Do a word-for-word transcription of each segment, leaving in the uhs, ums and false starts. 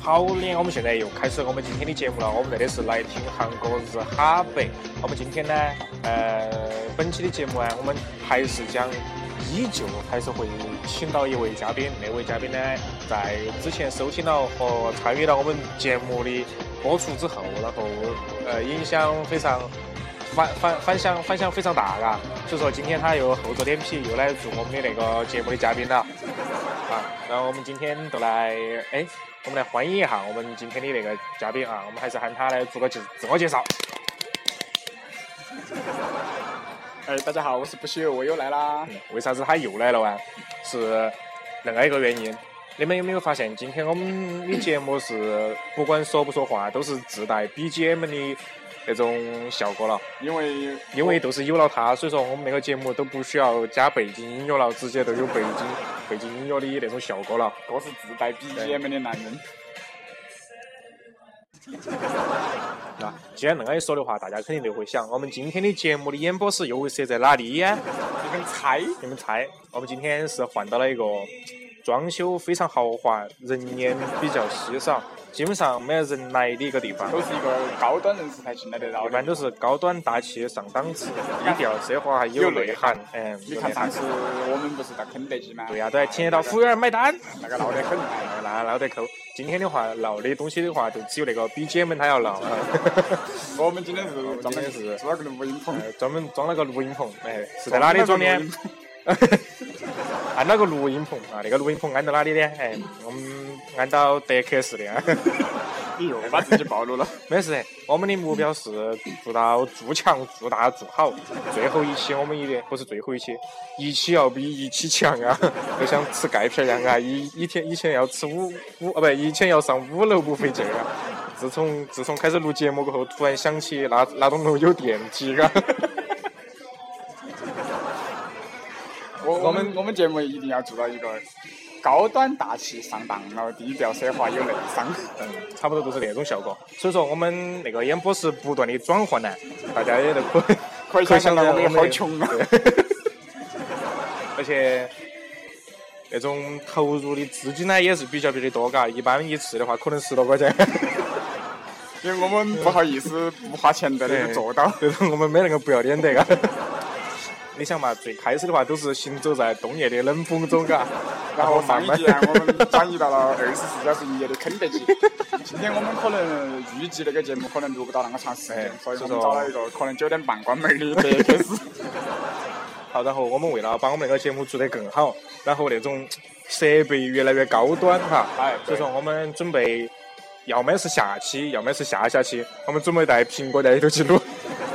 好嘞，我们现在又开始我们今天的节目了。我们这里是来听韩国日哈北。我们今天呢，呃，本期的节目呢，我们还是讲依旧还是会请到一位嘉宾。那位嘉宾呢，在之前收听了和参与到我们节目的播出之后，然后呃，影响非常反反反响反响非常大啊。所以说今天他又厚着脸皮又来做我们的那个节目的嘉宾了啊。然后我们今天都来哎。我们来欢迎一下我们今天的那个嘉宾啊，我们还是喊他来做个自自我介绍。 哎，大家好，我是不朽，我又来啦、 嗯。为啥子他又来了啊？是另外一个原因。你们有没有发现，今天我们的节目是不管说不说话，都是自带 B G M 的那种效果了？ 因为因为都是有了它，所以说我们那个节目都不需要加背景音乐了，直接都有背景背景音乐的那种效果了。 我是自带 B G M 的男人。 那既然那样一说的话，大家肯定就会想，我们今天的节目的演播室又会设在哪里呀？ 你们猜？ 你们猜？我们今天是换到了一个装修非常豪华、人烟比较稀少、基本上没有人来的一个地方， 都是一个高端人士才进来的， 一般都是高端大气上档次，低调奢华还有内涵。嗯， 你看上次我们不是到肯德基吗？ 对呀、啊，对，听得到服务员买单， 那个闹得很， 那闹得抠。今天的话，闹的东西的话，就只有那个 B G M 它要闹。 我们今天是专门是装了个录音棚， 专门装了个录音棚，哎，是在哪里装的？按那个录音棚啊，那个录音棚按到哪里呢？哎，我们按到德克士的。 你又把自己暴露了。 没事，我们的目标是做到做强、做大、做好。最后一期我们一定不是最后一期，一期要比一期强啊！就像吃钙片一样啊，一一天以前要吃五五啊，不，以前要上五楼不费劲啊。自从自从开始录节目过后，突然想起那那栋楼有电梯啊。 我我们我们节目一定要做到一个高端大气上档，然后低调奢华有内伤， 嗯，差不多都是那种效果。所以说我们那个演播室不断的转换呢，大家也都可以可以想象到我们好穷啊。 而且那种投入的资金呢也是比较比较多，嘎，一般一次的话可能十多块钱。 因为我们不好意思不花钱的那个做到， 对，我们没那个不要脸的嘎。你想嘛，最开始的话都是行走在冬夜的冷风中，嘎， 然后上一集啊，我们转移到了二十四小时营业的肯德基。今天我们可能预计那个节目可能录不到那么长时间，所以我们找了一个可能九点半关门的德克士。 好，然后我们为了把我们那个节目做得更好，然后那种设备越来越高端哈， 哎， 所以说我们准备要么是下期，要么是下下期，我们准备带苹果在里头去录。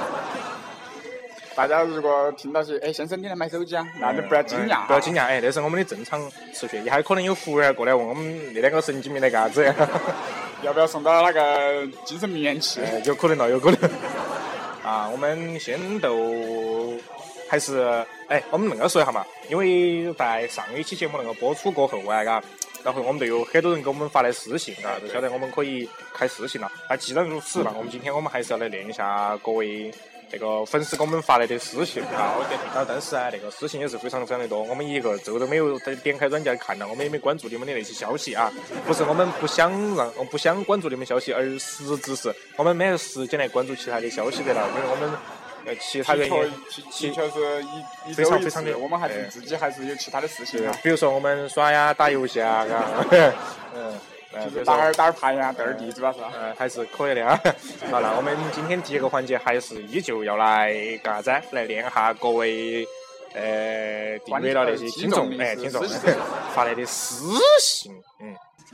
大家如果听到是哎先生你来买手机啊，那就不要惊讶、 嗯嗯，不要惊讶，哎，那是我们的正常程序。一还可能有服务员过来问我们那两个神经病来干啥子， 要不要送到那个精神病院去？ 有可能了，有可能。啊，我们先都还是哎，我们那个说一下嘛，因为在上一期节目那个播出过后啊，嘎，然后我们就有很多人给我们发来私信啊，就晓得我们可以开私信了。那既然如此嘛，我们今天我们还是要来念一下各位那个粉丝给我们发来的私信啊，然后但是啊，那个私信也是非常非常的多，我们一个周都没有点开软件看到，我们也没关注你们的那些消息啊，不是我们不想让，不想关注你们消息，而实质是我们没有时间来关注其他的消息的了，因为我们呃其他原因， 其确实一非常非常的， 我们还是自己还是有其他的事情啊， 比如说我们耍呀、打游戏啊，嗯。 就是打点打点牌呀，斗点地主啊，是吧？ 嗯，还是可以的啊。好，那我们今天第一个环节还是依旧要来干啥子？来念下各位呃订阅了那些听众，哎，听众发来的私信，嗯。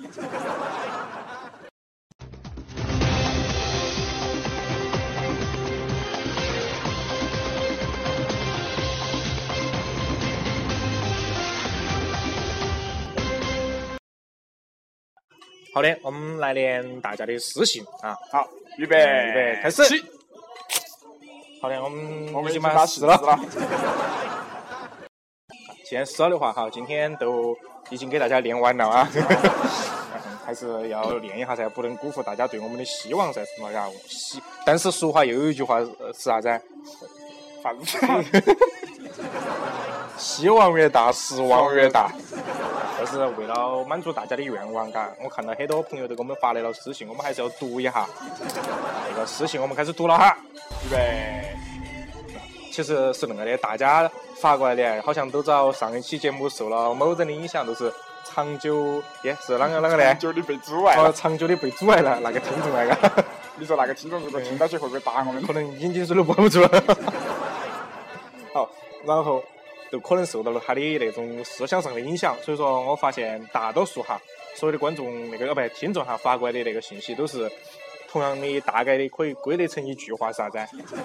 好的，我们来念大家的私信啊。 好，预备， 预备，开始。好的，我们我们已经把试了。 了。 既然试了的话，哈，今天都已经给大家练完了啊。还是要练一下噻，不能辜负大家对我们的希望噻，是嘛？呀，希。但是俗话又有一句话是啥子？ 啥子？ 希望越大，失望越大。 但是为了满足大家的愿望，嘎，我看到很多朋友都给我们发来了私信，我们还是要读一下。那个私信我们开始读了哈。 预备。 其实是那个的，大家发过来的，好像都遭上一期节目受了某人的影响，都是长久，耶，是啷个啷个的？ 长久的被阻碍了。 哦，长久的被阻碍了，那个听众那个。 你说那个听众如果听到起会不会打我们？ 可能眼睛水都抱不住了。好，然后都可能受到了他的那种思想上的影响，所以说我发现大多数哈，所有的观众那个哦不听众哈发过来的那个信息都是同样的，大概的可以归类成一句话啥子？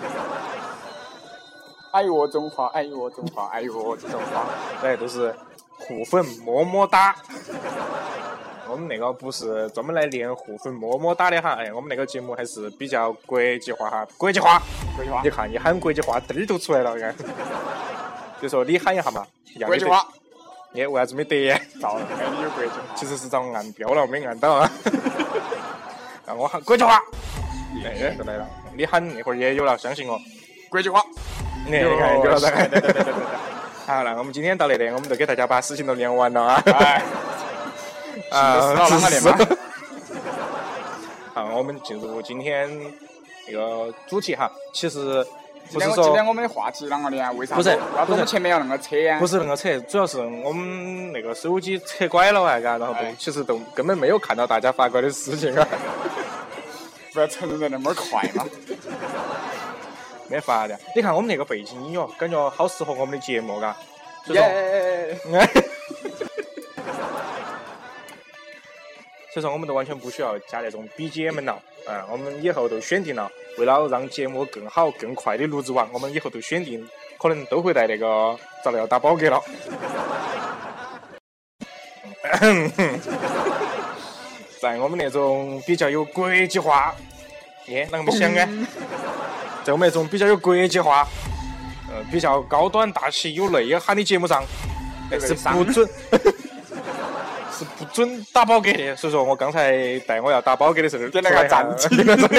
爱我中华，爱我中华，爱我中华， 哎，都是互粉么么哒。我们那个不是专门来练互粉么么哒的哈，哎，我们那个节目还是比较国际化哈，国际化， 国际化。 你看，一喊国际化，嘚儿就出来了，看。就说你喊一下嘛， 国际化。 你为啥子没得呀？ 糟了，没你有国际化。 其实是遭按标了，没按到啊。让我喊国际化，哎，就来了。你喊那会儿也有了，相信我。 国际化。 你看有了噻。对对对对对。好，那我们今天到那里，我们就给大家把事情都连完了啊。 哎。啊，啷个连嘛？ 好，我们进入今天那个主题哈。其实不是说今天我们的话题啷个连？为啥？ 不是， 不是前面要那个扯呀？ 不是那个扯，主要是我们那个手机扯拐了啊，嘎，然后都其实都根本没有看到大家发过来的事情啊。 不要承认的那么快嘛。 没法的，你看我们那个背景音乐，感觉好适合我们的节目，嘎。 耶！ 所以说我们都完全不需要加那种 B G M 了，啊、嗯，我们以后都选定了，为了让节目更好、更快的录制完，我们以后都选定，可能都会带那个遭要打饱嗝了。在我们那种比较有国际化，耶，啷个没想啊？在我们那种比较有国际化，呃，比较高端大气、有内涵的节目上，是不准。是不准打饱嗝的，所以说我刚才带我要打饱嗝的时候， 点那个赞起。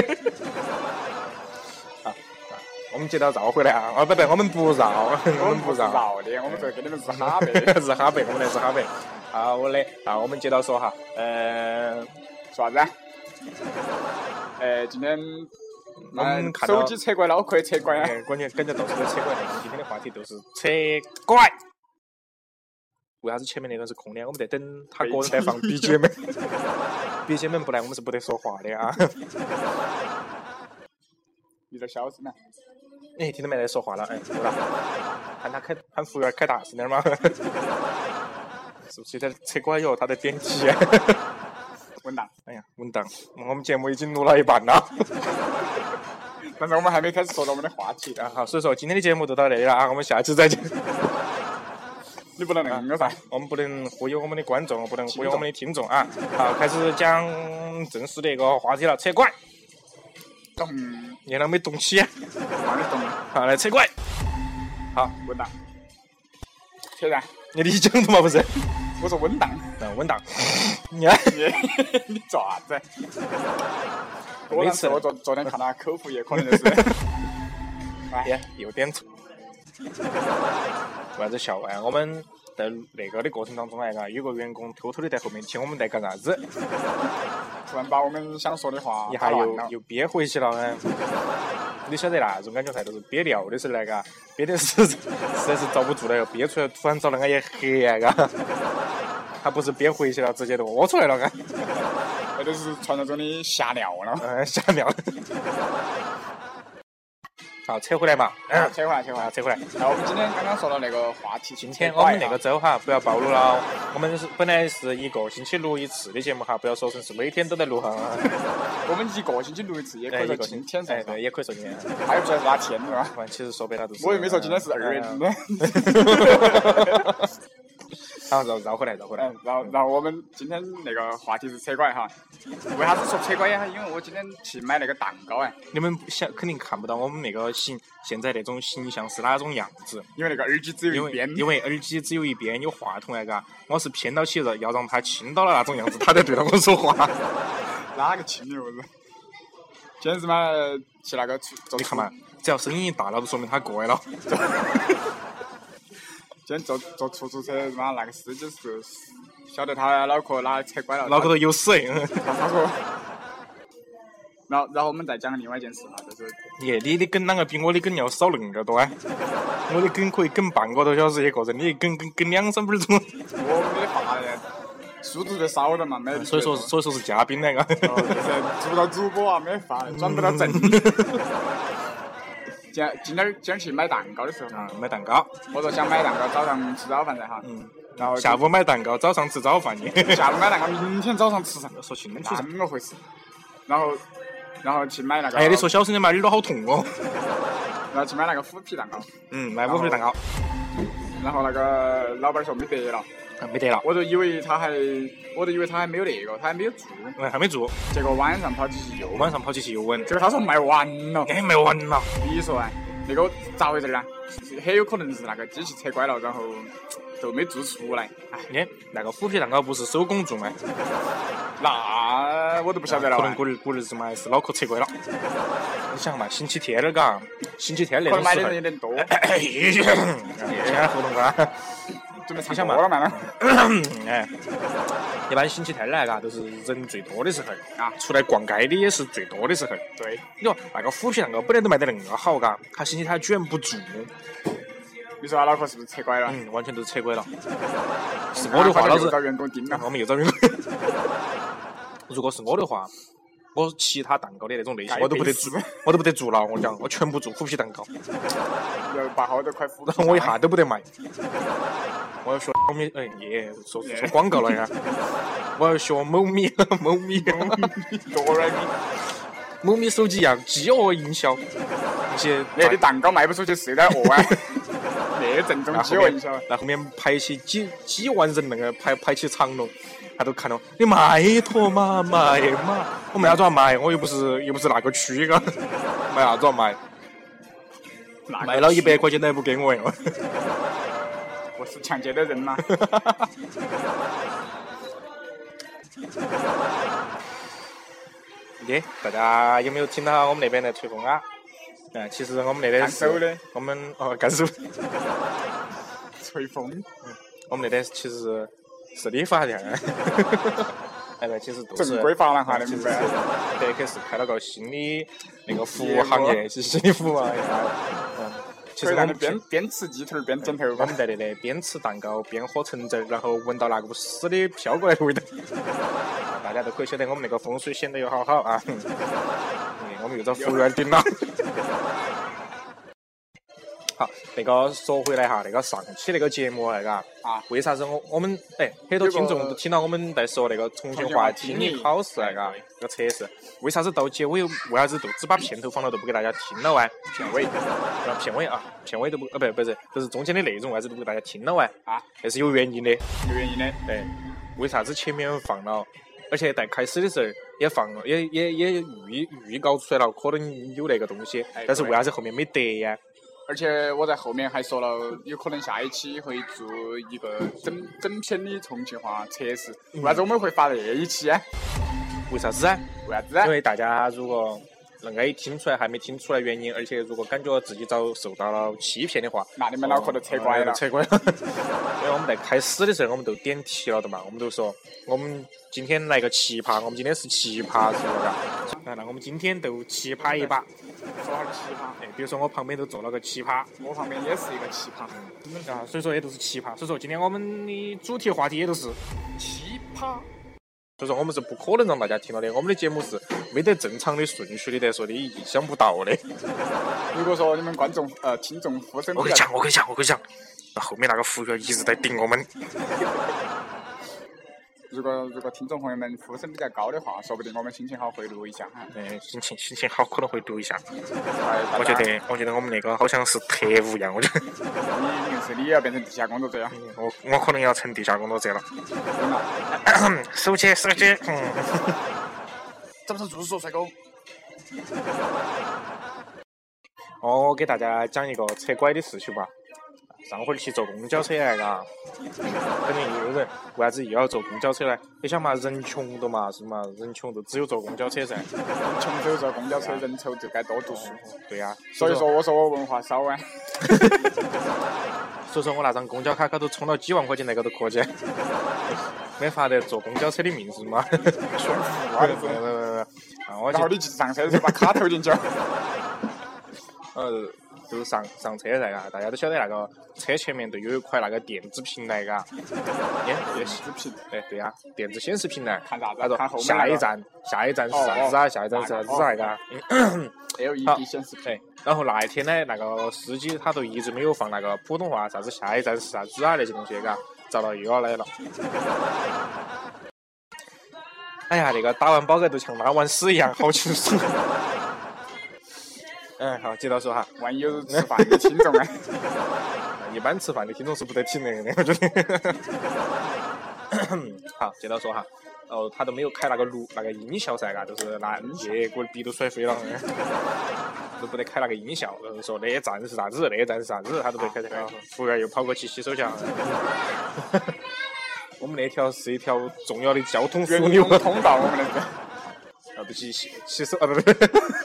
啊，我们接着绕回来啊！哦，不对，我们不绕，我们不绕的，我们这跟你们是哈贝， 是哈贝，我们那是哈贝。好，我的，啊，我们接着说哈，呃， 说啥子？呃，今天我们看到手机扯拐了，可以扯拐啊！ 关键感觉到处都扯拐，我们今天的话题都是扯拐。为啥子前面那段是空的？我们在等他个人在放 B G M，B G M 不来我们是不得说话的啊。 有点小声了。 哎，听到没在说话了？哎，对了，喊他开，喊服务员开大声点嘛。是不是在扯拐哟？他在点题。 稳当。 哎呀，稳当！我们节目已经录了一半了。 但是我们还没开始说到我们的话题啊。好，所以说今天的节目就到这里了啊，我们下期再见。 你不能那个噻， 我们不能忽悠我们的观众，不能忽悠我们的听众啊！好，开始讲正式的一个话题了，扯拐。 咚， 你啷没动起？ 哪里动了？ 好，来扯拐。好， 稳当。扯噻。 你理解的嘛？不是？ 我说稳当。 嗯，稳当。你啊， 你做啥子？我那次我昨昨天看他口服液，可能就是。 哎，又点错。为啥子笑啊？我们在那个的过程当中来，嘎，有个员工偷偷的在后面听我们在干啥子， 突然把我们想说的话一下又又憋回去了啊！你晓得那种感觉噻，都是憋尿的时候来，嘎，憋的是实在是遭不住了，要憋出来，突然找那个一黑啊，嘎，他不是憋回去了，直接都屙出来了，嘎， 那都是传说中的吓尿了， 嗯，吓尿。好，扯回来嘛， 嗯，扯回来，扯回来， 扯回来。 那我们今天刚刚说到那个话题， 今天我们那个周哈，不要暴露了。我们是本来是一个星期录一次的节目哈，不要说成是每天都在录哈。 我们一个星期录一次，也可以说今天是。 哎，对，也可以说今天。 还有不晓得哪天是吧？ 其实说白了都是。 我又没说今天是二月的。 好，绕绕回来，绕回来。 嗯，然后然后我们今天那个话题是扯拐哈。为啥子说扯拐呀？因为我今天去买那个蛋糕哎。 你们想肯定看不到我们那个形现在那种形象是哪种样子？ 因为那个耳机只有一边。 因为耳机只有一边有话筒来嘎，我是偏到起了要让他亲到了那种样子，他才对着我说话。 哪个亲的不是？今天是嘛去那个出， 你看嘛，只要声音一大了，就说明他过来了。 今天坐坐出租车嘛，那个司机是晓得他脑壳哪扯拐了， 脑壳头有屎。 他他说，然后然后我们再讲另外一件事哈，就是， 耶，你的梗啷个比我的梗要少恁个多啊？我的梗可以梗半个多小时一个人，你梗梗梗两三分钟。 我没法呀，速度就少了嘛，没。 所以说，所以说是嘉宾那个。 哦，就是做不到主播啊，没法，转不到正。今今天今天去买蛋糕的时候， 啊，买蛋糕。 我说想买蛋糕，早上吃早饭噻哈。嗯。然后下午买蛋糕，早上吃早饭呢。 下午买蛋糕，明天早上吃上。 说清楚噻。 怎么回事？然后，然后去买那个。 哎，你说小声点嘛，耳朵好痛哦。 然后去买那个虎皮蛋糕。 嗯，买虎皮蛋糕。 然后那个老板说没得了。 没得了。 我就以为他还，我就以为他还没有那个，他还没有做。 嗯，还没做。 结果晚上跑起去又。 晚上跑起去又问。 结果他说卖完了。 哎，卖完了。 你说啊，那个咋回事呢？很有可能是那个机器扯拐了，然后就没做出来。 哎，你那个虎皮蛋糕不是手工做吗？ 那我都不晓得了。 可能过日过日子嘛，是脑壳扯拐了。你想嘛，星期天了嘎，星期天那种时候。 可能买的人有点多。 现在活动嘎。 准备唱歌了嘛？ 哎，一般星期天来嘎都是人最多的时候啊， 出来逛街的也是最多的时候。 对， 你说那个虎皮蛋糕本来都卖得那么好嘎，他星期天居然不做。 你说他脑壳是不是扯拐了？ 嗯，完全都扯拐了。是我的话，老子找员工盯了。 我们又找员工。如果是我的话，我其他蛋糕的那种类型我都不得做，我都不得做了。我讲，我全部做虎皮蛋糕。 要把好多块虎皮。 我一下都不得卖。我要学某米，哎耶，说说广告了呀！我要学某米，某米， 多软米， 某米手机一样饥饿营销。那些那的蛋糕卖不出去是有点饿啊。那正宗饥饿营销。 那后面排起几几万人那个排排起长龙，他都看到你卖坨嘛卖嘛，我卖啥子卖？我又不是又不是那个区个，卖啥子卖？卖了一百块钱都还不给我哟。 我是抢劫的人吗？ 耶，大家有没有听到我们那边的吹风啊？啊，其实我们那边是，我们哦干手， 吹风。 嗯，我们那边其实是理发店。哎不，其实都是正规发廊哈，你明白？ 德克是开了个新的那个服务行业，是新的服务行业。嗯。其实我们边边吃鸡腿边剪头发， 我们在那里边吃蛋糕边喝橙汁，然后闻到那股屎的飘过来的味道，大家都可以晓得我们那个风水显得有好好啊。嗯，我们又找服务员顶了。好，那个说回来哈，那个上期那个节目那个啊，为啥子我我们哎很多听众都听到我们在说那个重庆话听力考试那个那个测试，为啥子到结尾为啥子都只把片头放了都不给大家听了完？ 片尾， 啊片尾啊片尾都不啊不不是，就是中间的内容为啥子都不给大家听了完？啊，那是有原因的， 有原因的。 对，为啥子前面放了？而且在开始的时候也放了，也也也预预告出来了，可能有那个东西，但是为啥子后面没得呀？ 而且我在后面还说了，有可能下一期会做一个整整篇的重庆话测试。为啥子我们会发那一期啊？ 为啥子啊？ 为啥子啊？ 因为大家如果能够听出来还没听出来原因，而且如果感觉自己遭受到了欺骗的话， 那你们脑壳都扯拐了。 扯拐了。因为我们在开始的时候我们都点题了的嘛，我们都说我们今天来个奇葩，我们今天是奇葩，是不是？那我们今天都奇葩一把。 说下奇葩， 哎，比如说我旁边都坐了个奇葩， 我旁边也是一个奇葩， 啊，所以说也都是奇葩。所以说今天我们的主题话题也都是奇葩。 所以说我们是不可能让大家听到的，我们的节目是没得正常的顺序的，得说的意想不到的。 如果说你们观众呃听众呼声， 我跟你讲，我跟你讲，我跟你讲，后面那个服务员一直在顶我们。 如果如果听众朋友们呼声比较高的话，说不定我们心情好会录一下哈。 对，心情心情好可能会录一下。我觉得我觉得我们那个好像是特务一样，我觉得。 你硬是你也要变成地下工作者啊！ 我我可能要成地下工作者了。手机手机，嗯。 怎么是住宿帅哥？ 我给大家讲一个扯拐的事情吧。上回去坐公交车来嘎，肯定有人为啥子又要坐公交车呢？你想嘛，人穷的嘛，是嘛？人穷就只有坐公交车噻。人穷只有坐公交车，人丑就该多读书。 对呀、啊， 所以说我说我文化少啊。 所以说我那张公交卡卡都充了几万块钱那个都可见。 没法得坐公交车的命是吗？ 炫富啊！ 不不不不，啊我然后你上车的时候把卡投进去。 呃，就是上上车噻，嘎，大家都晓得那个车前面都有一块那个电子屏来，嘎，电电子屏， 哎，对呀，电子显示屏来， 看啥子？ 他说下一站，下一站是啥子啊？下一站是啥子来，嘎 ？L E D 显示屏。 然后那一天呢，那个司机他都一直没有放那个普通话，啥子下一站是啥子啊那些东西，嘎，遭到又要来了。哎呀，那个打完饱嗝都像拉完屎一样，好轻松。嗯，好，接着说哈。 万一有吃饭的听众啊， 一般吃饭的听众是不得听那个的，我觉得。好，接着说哈。哦，他都没有开那个录那个音效噻，嘎，就是那结果鼻都甩飞了，都不得开那个音效，然后说那一站是啥子，那一站是啥子，他都不得开开。服务员又跑过去洗手间。我们那条是一条重要的交通枢纽通道，我们那个。 啊，不洗洗洗手啊，不对。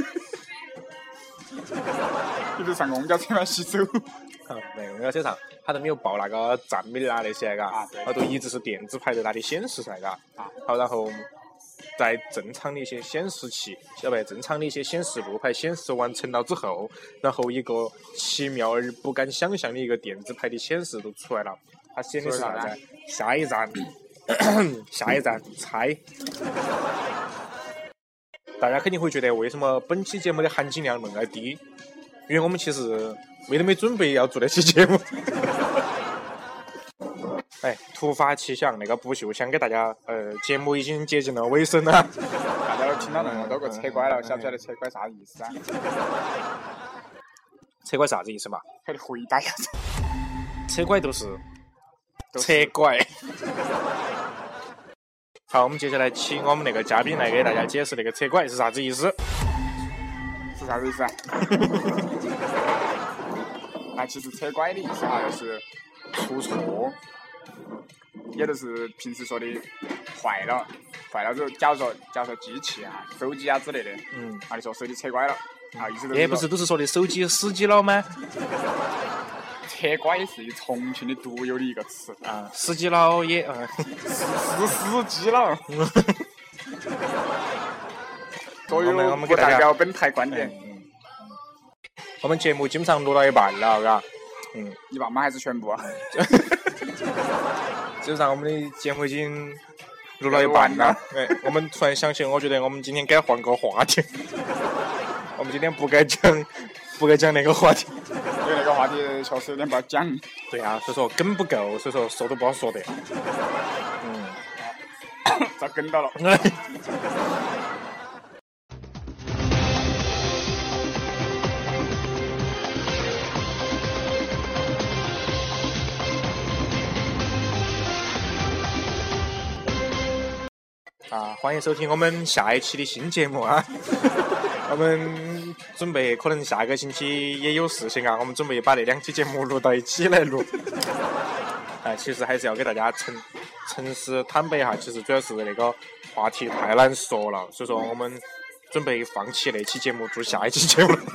你不是上公交车吗？洗手。 啊，那公交车上他都没有报那个站名啊那些，嘎， 啊， 他都一直是电子牌在那里显示噻，嘎。 啊。 好，然后在正常的一些显示器，晓得正常的一些显示路牌显示完成了之后，然后一个奇妙而不敢想象的一个电子牌的显示都出来了，它显的是啥子？下一站，下一站，猜。大家肯定会觉得为什么本期节目的含金量那么低？因为我们其实没得没准备要做那期节目。哎，突发奇想，那个不锈想给大家，呃，节目已经接近了尾声了。 大家都听到那么多个车拐了，晓不晓得车拐啥意思啊？ 车拐啥子意思嘛？ 快点回答一下。 车拐都是车拐。好，我们接下来请我们那个嘉宾来给大家解释那个车拐是啥子意思。 是啥子意思啊？那其实车拐的意思哈，就是出错，也就是平时说的坏了，坏了之后，假如说假如说机器啊、手机啊之类的， 嗯， 啊，你说手机车拐了，啊，意思就是也不是都是说的手机死机了吗？ 车拐是重庆的独有的一个词啊，死机了也，嗯， 死死机了。所以我们不代表本台观点。 嗯，我们节目基本上录到一半了，嘎。嗯， 一半吗？还是全部啊？ 基本上我们的节目已经录到一半了。哎，我们突然想起，我觉得我们今天该换个话题。我们今天不该讲，不该讲那个话题。 因为那个话题确实有点不好讲。 对啊，所以说梗不够，所以说说都不好说的。嗯， 遭梗到了。 啊，欢迎收听我们下一期的新节目啊！我们准备可能下个星期也有事情啊，我们准备把那两期节目录到一起来录。哎，其实还是要给大家诚诚实坦白一下，其实主要是那个话题太难说了，所以说我们准备放弃那期节目，做下一期节目。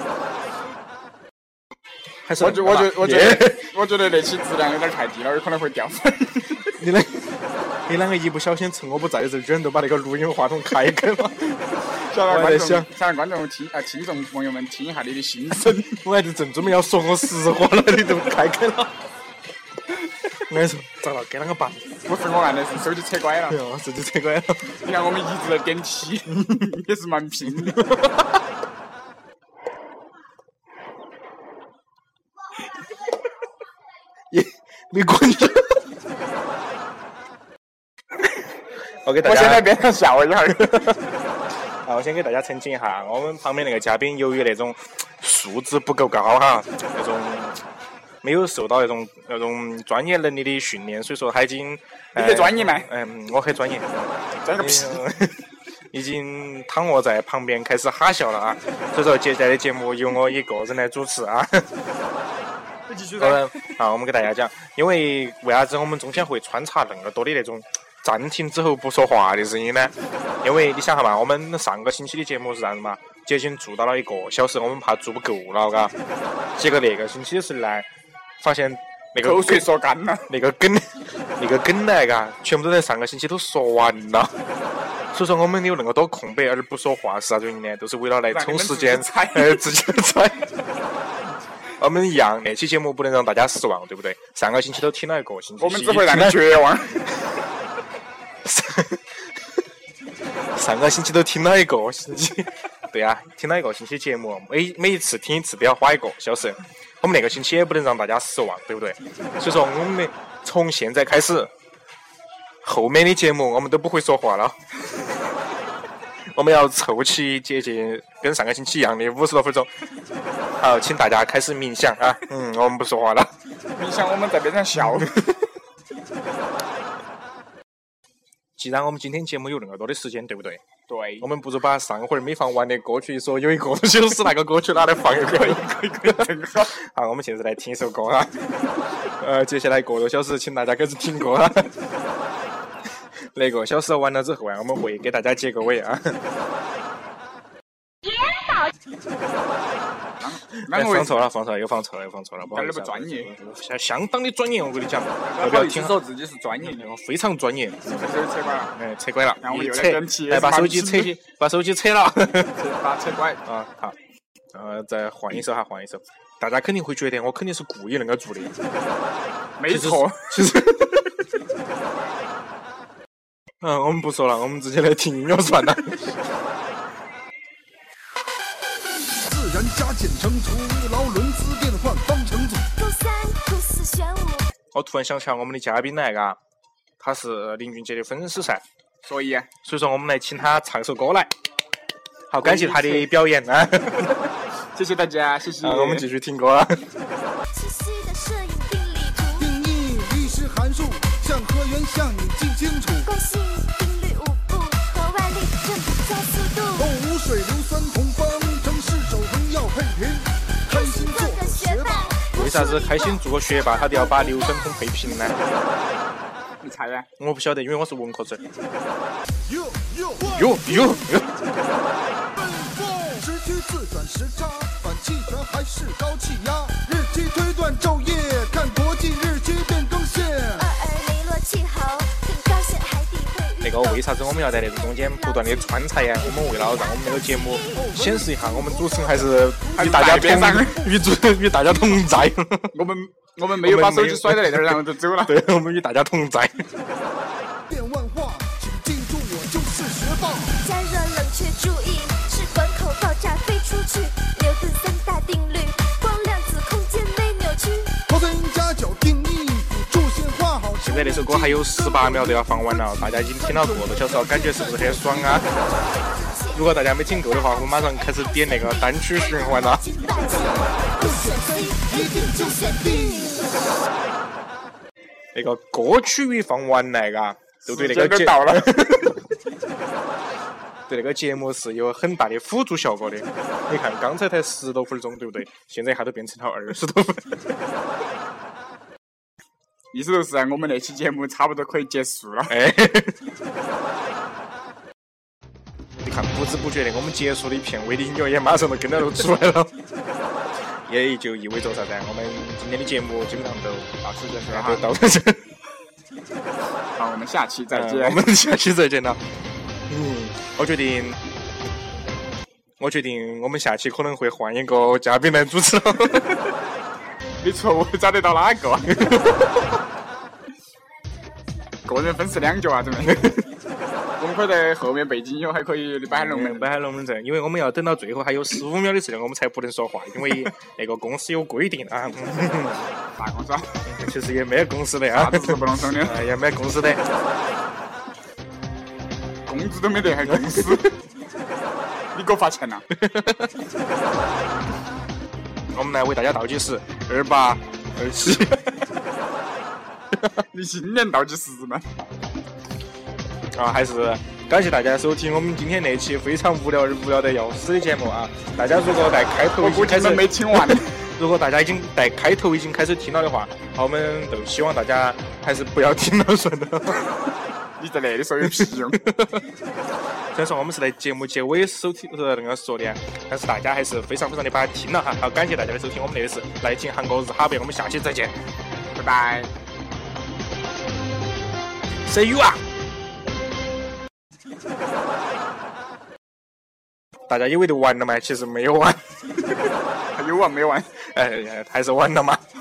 还是我觉我觉我觉得我觉得那期质量有点太低了，有可能会掉粉。 你那。你两个一不小心趁我不在的时候，居然都把那个录音话筒开开了。 想让观众，想让观众听啊，听众朋友们听一下你的心声。 我还是正准备要说我实话了，你都开开了。我跟你说，糟了，该啷个办？ 不是我按的，是手机车拐了。 哟，手机车拐了。 你看我们一直在点题，也是蛮拼的。 也没滚着。我给大家， 我现在变成笑一下。 啊，我先给大家澄清一下，我们旁边那个嘉宾由于那种素质不够高哈，那种没有受到那种那种专业能力的训练，所以说他已经你很专业吗？ 嗯，我很专业。 专个屁！ 已经躺卧在旁边开始哈笑了啊！所以说接下来的节目由我一个人来主持啊。 你继续说。好，我们给大家讲，因为为啥子我们中间会穿插那么多的那种暂停之后不说话的声音呢？因为你想哈嘛，我们上个星期的节目是这样子嘛，接近做到了一个小时，我们怕做不够了，嘎。结果那个星期是来发现那个口水说干了， 那个梗，那个梗来嘎，全部都在上个星期都说完了。所以说我们有那么多空白而不说话是啥原因呢？都是为了来充时间，呃，自己猜。我们一样，那期节目不能让大家失望，对不对？上个星期都听了一个星期， 我们只会让你绝望。 上个星期都听了一个星期，对啊，听了一个星期节目，每每一次听一次都要花一个小时。我们那个星期也不能让大家失望，对不对？所以说我们从现在开始，后面的节目我们都不会说话了。我们要凑齐接近跟上个星期一样的五十多分钟。好，请大家开始冥想啊！嗯，我们不说话了。 冥想，我们在边上笑。 既然我们今天节目有那么多的时间，对不对？ 对。 我们不如把上回没放完的歌曲说有一个多小时那个歌曲拿来放一个，可以可以可以，真好。好，我们现在来听一首歌啊。呃，接下来一个多小时，请大家开始听歌啊。那个小时完了之后啊，我们会给大家结个尾啊。哎，放错了，放错了，又放错了，又放错了，不好意思。 不专业， 相相当的专业，我跟你讲。 不要听说自己是专业的， 非常专业。 扯拐了， 哎，扯拐了。 然后我又扯，来把手机扯，把手机扯了。 把扯拐。 啊，好。呃，再换一首哈，换一首。大家肯定会觉得我肯定是故意那个做的。 没错。 其实。嗯，我们不说了，我们直接来听音乐算了。 自然加减乘除，劳伦兹变换方程组。 勾三勾四选五。 我突然想起来，我们的嘉宾来嘎，他是林俊杰的粉丝噻， 所以所以说我们来请他唱首歌来。好，感谢他的表演啊！ 谢谢大家，谢谢。 啊、我们继续听歌啊。 清晰的摄影定理图。 定义律师函数，向和元向你记清楚。 惯性定律五步和外力正比加速度。 动无水硫酸同方程式守恒要配平。开心做个学霸。 为啥子开心做个学霸，他都要把硫酸铜配平呢？ 你猜呀？ 我不晓得，因为我是文科生。 哟哟哟哟！ 时区自转时差，反气旋还是高气压？日期推断昼夜，看国际日期变更线。 二二雷洛气候，更高线海底会遇。 那个为啥子我们要在那个中间不断的穿插呀？我们为了让我们那个节目显示一下，我们主持人还是与大家同与主与大家同在。 我们我们没有把手机甩在那点，然后就走了。 对，我们与大家同在。 变万化，请记住，我就是学霸。 加热冷却注意，是管口爆炸飞出去。牛顿三大定律，光量子空间没扭曲。 摩森夹角定义，辅助线画好。 现在那首歌还有十八秒都要放完了，大家已经听了个多小时了，感觉是不是很爽啊？如果大家没听够的话，我马上开始点那个单曲循环了。那个歌曲一放完来嘎，就对那个节到了。 对那个节目是有很大的辅助效果的。你看，刚才才十多分钟，对不对？现在一下都变成了二十多分。 意思就是我们那期节目差不多可以结束了。 哎，你看，不知不觉的，我们结束的一片尾的音乐也马上都跟着都出来了。也就意味着啥子？我们今天的节目基本上都到此结束了， 都到这。 好，我们下期再见。 嗯、我们下期再见了。嗯，我决定，我决定，我们下期可能会换一个嘉宾来主持了。 没错，我找得到哪个？个人分饰两角啊，准备。我们可以在后面背景音乐还可以摆龙门， 摆龙门阵，因为我们要等到最后还有十五秒的时间，我们才不能说话，因为那个公司有规定啊。 啥公司啊？ 其实也没公司的啊， 啥子不能说的？ 也没公司的， 工资都没得，还公司？你给我发钱呐？ 我们来为大家倒计时：二八、二七。 你新年倒计时呢？ 啊，还是感谢大家收听我们今天那期非常无聊而无聊的要死的节目啊！大家如果在开头已经开始没听完， 如果大家已经在开头已经开始听了的话，我们都希望大家还是不要听了算了。 你在那里说有屁用？ 虽然说我们是在节目结尾收听呃那个说的，但是大家还是非常非常的把它听了哈。好，感谢大家的收听，我们那里是来听韩国日哈贝，我们下期再见，拜拜。 拜。 谁有啊？大家以为都完了吗？其实没有完， 有完没完？ 哎，还是完了嘛。